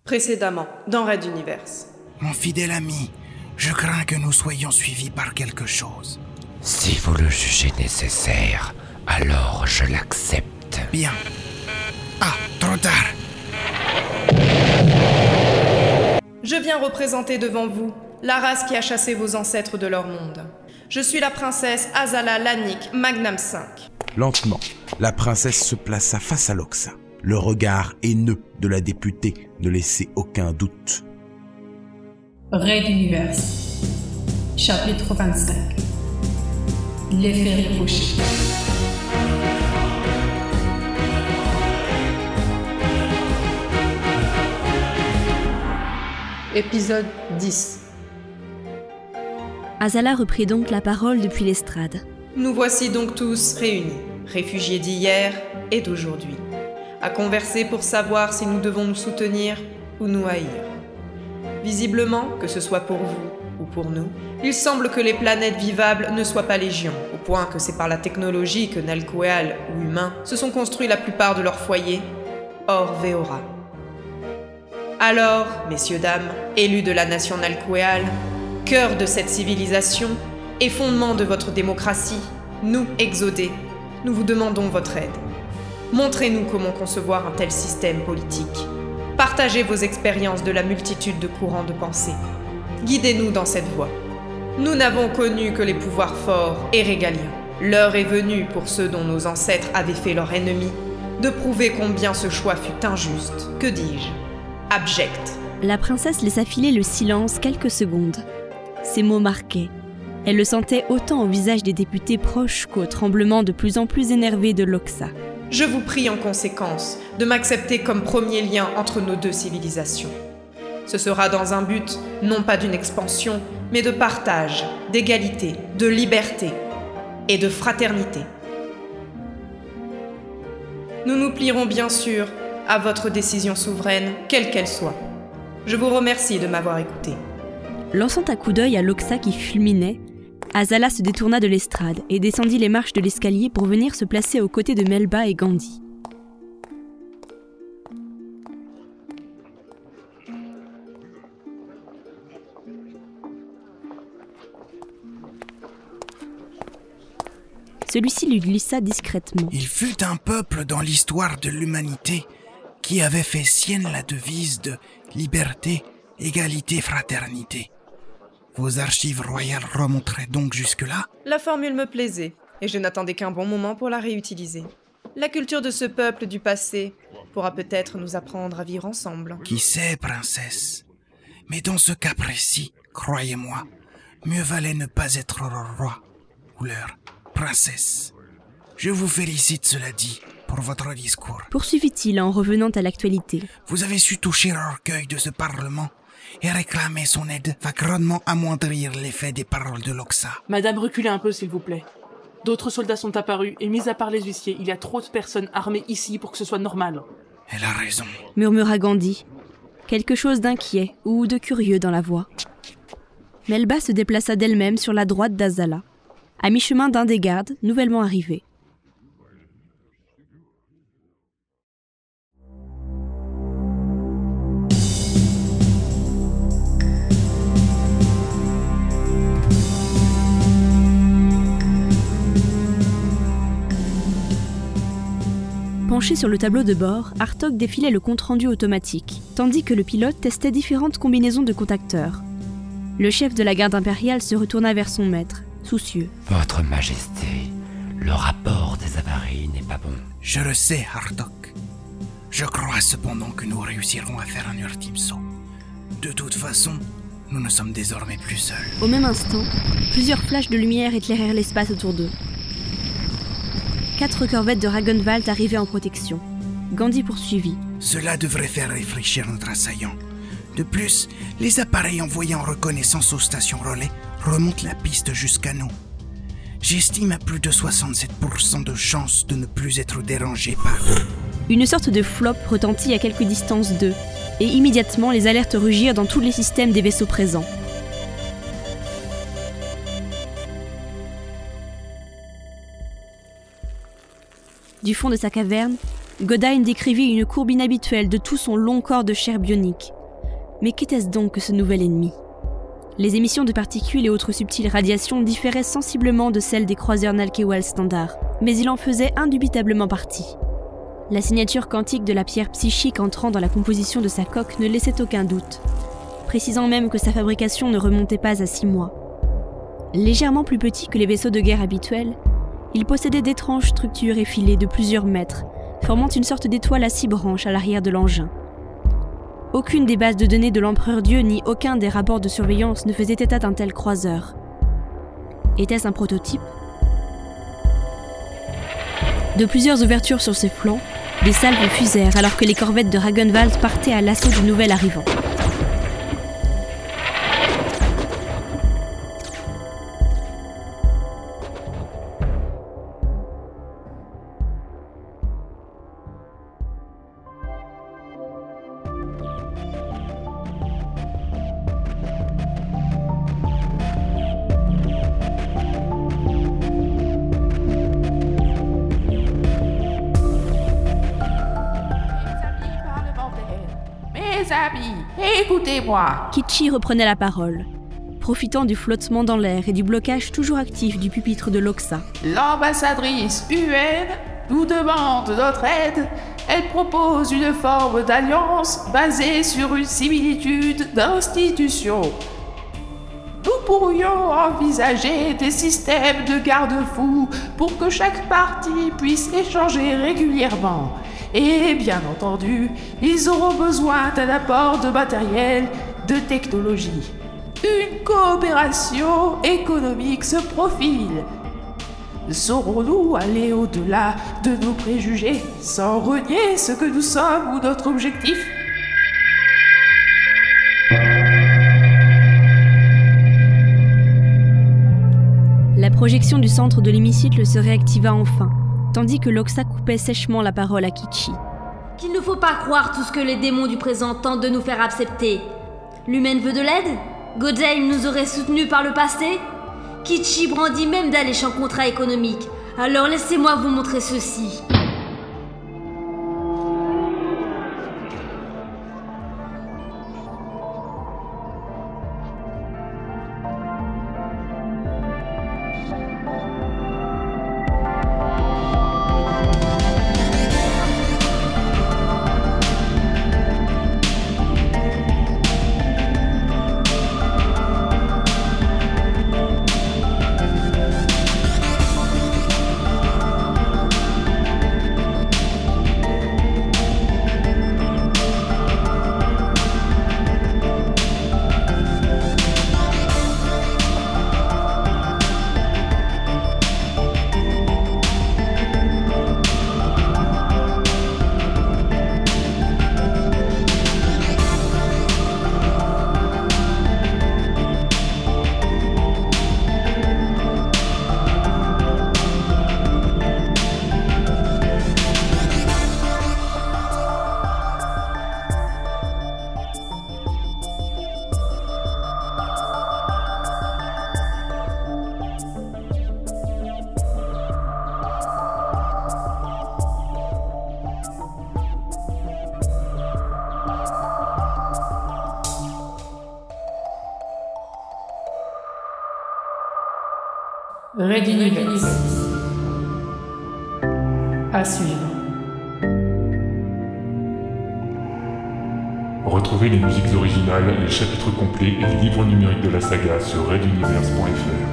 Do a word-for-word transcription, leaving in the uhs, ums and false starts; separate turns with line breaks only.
Précédemment, dans Red Universe.
Mon fidèle ami, je crains que nous soyons suivis par quelque chose.
Si vous le jugez nécessaire, alors je l'accepte.
Bien. Ah, trop tard.
Je viens représenter devant vous la race qui a chassé vos ancêtres de leur monde. Je suis la princesse Azala Lanik Magnam cinq.
Lentement, la princesse se plaça face à Loxa. Le regard haineux de la députée ne laissait aucun doute.
Red Universe, chapitre vingt-cinq. L'effet reproché.
Épisode dix.
Azala reprit donc la parole depuis l'estrade.
Nous voici donc tous réunis, réfugiés d'hier et d'aujourd'hui, à converser pour savoir si nous devons nous soutenir ou nous haïr. Visiblement, que ce soit pour vous ou pour nous, il semble que les planètes vivables ne soient pas légion, au point que c'est par la technologie que Nalkoeal ou humains se sont construits la plupart de leurs foyers, hors Veora. Alors, messieurs, dames, élus de la nation Nalkoeal, cœur de cette civilisation et fondement de votre démocratie, nous, exodés, nous vous demandons votre aide. Montrez-nous comment concevoir un tel système politique. Partagez vos expériences de la multitude de courants de pensée. Guidez-nous dans cette voie. Nous n'avons connu que les pouvoirs forts et régaliens. L'heure est venue pour ceux dont nos ancêtres avaient fait leur ennemi, de prouver combien ce choix fut injuste, que dis-je, abject.
La princesse laissa filer le silence quelques secondes. Ses mots marquaient. Elle le sentait autant au visage des députés proches qu'au tremblement de plus en plus énervé de Loxa.
Je vous prie en conséquence de m'accepter comme premier lien entre nos deux civilisations. Ce sera dans un but, non pas d'une expansion, mais de partage, d'égalité, de liberté et de fraternité. Nous nous plierons bien sûr à votre décision souveraine, quelle qu'elle soit. Je vous remercie de m'avoir écouté.
Lançant un coup d'œil à Loxa qui fulminait, Azala se détourna de l'estrade et descendit les marches de l'escalier pour venir se placer aux côtés de Melba et Gandhi. Celui-ci lui glissa discrètement.
Il fut un peuple dans l'histoire de l'humanité qui avait fait sienne la devise de liberté, égalité, fraternité. Vos archives royales remonteraient donc jusque-là ?
La formule me plaisait, et je n'attendais qu'un bon moment pour la réutiliser. La culture de ce peuple du passé pourra peut-être nous apprendre à vivre ensemble.
Qui sait, princesse ? Mais dans ce cas précis, croyez-moi, mieux valait ne pas être leur roi ou leur princesse. Je vous félicite, cela dit, pour votre discours.
Poursuivit-il en revenant à l'actualité.
Vous avez su toucher l'orgueil de ce Parlement et réclamer son aide va grandement amoindrir l'effet des paroles de Loxa.
Madame, reculez un peu, s'il vous plaît. D'autres soldats sont apparus, et mis à part les huissiers, il y a trop de personnes armées ici pour que ce soit normal.
Elle a raison,
murmura Gandhi. Quelque chose d'inquiet ou de curieux dans la voix. Melba se déplaça d'elle-même sur la droite d'Azala, à mi-chemin d'un des gardes nouvellement arrivés. Penché sur le tableau de bord, Artok défilait le compte-rendu automatique, tandis que le pilote testait différentes combinaisons de contacteurs. Le chef de la garde impériale se retourna vers son maître, soucieux.
« Votre Majesté, le rapport des avaries n'est pas bon. »
Je le sais, Artok. Je crois cependant que nous réussirons à faire un ultime saut. De toute façon, nous ne sommes désormais plus seuls.
Au même instant, plusieurs flashs de lumière éclairèrent l'espace autour d'eux. Quatre corvettes de Ragnvald arrivaient en protection. Gandhi poursuivit.
Cela devrait faire réfléchir notre assaillant. De plus, les appareils envoyés en reconnaissance aux stations relais remontent la piste jusqu'à nous. J'estime à plus de soixante-sept pour cent de chances de ne plus être dérangés par eux.
Une sorte de flop retentit à quelque distance d'eux, et immédiatement les alertes rugirent dans tous les systèmes des vaisseaux présents. Du fond de sa caverne, Godain décrivit une courbe inhabituelle de tout son long corps de chair bionique, Mais qu'était-ce donc que ce nouvel ennemi ? Les émissions de particules et autres subtiles radiations différaient sensiblement de celles des croiseurs Nalkewal standard, mais il en faisait indubitablement partie. La signature quantique de la pierre psychique entrant dans la composition de sa coque ne laissait aucun doute, précisant même que sa fabrication ne remontait pas à six mois. Légèrement plus petit que les vaisseaux de guerre habituels, il possédait d'étranges structures effilées de plusieurs mètres, formant une sorte d'étoile à six branches à l'arrière de l'engin. Aucune des bases de données de l'Empereur Dieu ni aucun des rapports de surveillance ne faisait état d'un tel croiseur. Était-ce un prototype ? De plusieurs ouvertures sur ses flancs, des salves fusèrent alors que les corvettes de Ragnvald partaient à l'assaut du nouvel arrivant.
Mes amis, écoutez-moi.
Kichi reprenait la parole, profitant du flottement dans l'air et du blocage toujours actif du pupitre de Loxa.
L'ambassadrice U N nous demande notre aide. Elle propose une forme d'alliance basée sur une similitude d'institutions. Nous pourrions envisager des systèmes de garde-fous pour que chaque partie puisse échanger régulièrement. Et bien entendu, ils auront besoin d'un apport de matériel, de technologie. Une coopération économique se profile. Saurons-nous aller au-delà de nos préjugés sans renier ce que nous sommes ou notre objectif ?
La projection du centre de l'hémicycle se réactiva enfin, tandis que Loxa coupait sèchement la parole à Kichi.
Qu'il ne faut pas croire tout ce que les démons du présent tentent de nous faire accepter. L'humaine veut de l'aide ? Godheim nous aurait soutenus par le passé ? Kichi brandit même d'alléchants contrats économiques. Alors laissez-moi vous montrer ceci.
Red Universe. À suivre.
Retrouvez les musiques originales, les chapitres complets et les livres numériques de la saga sur red universe point f r.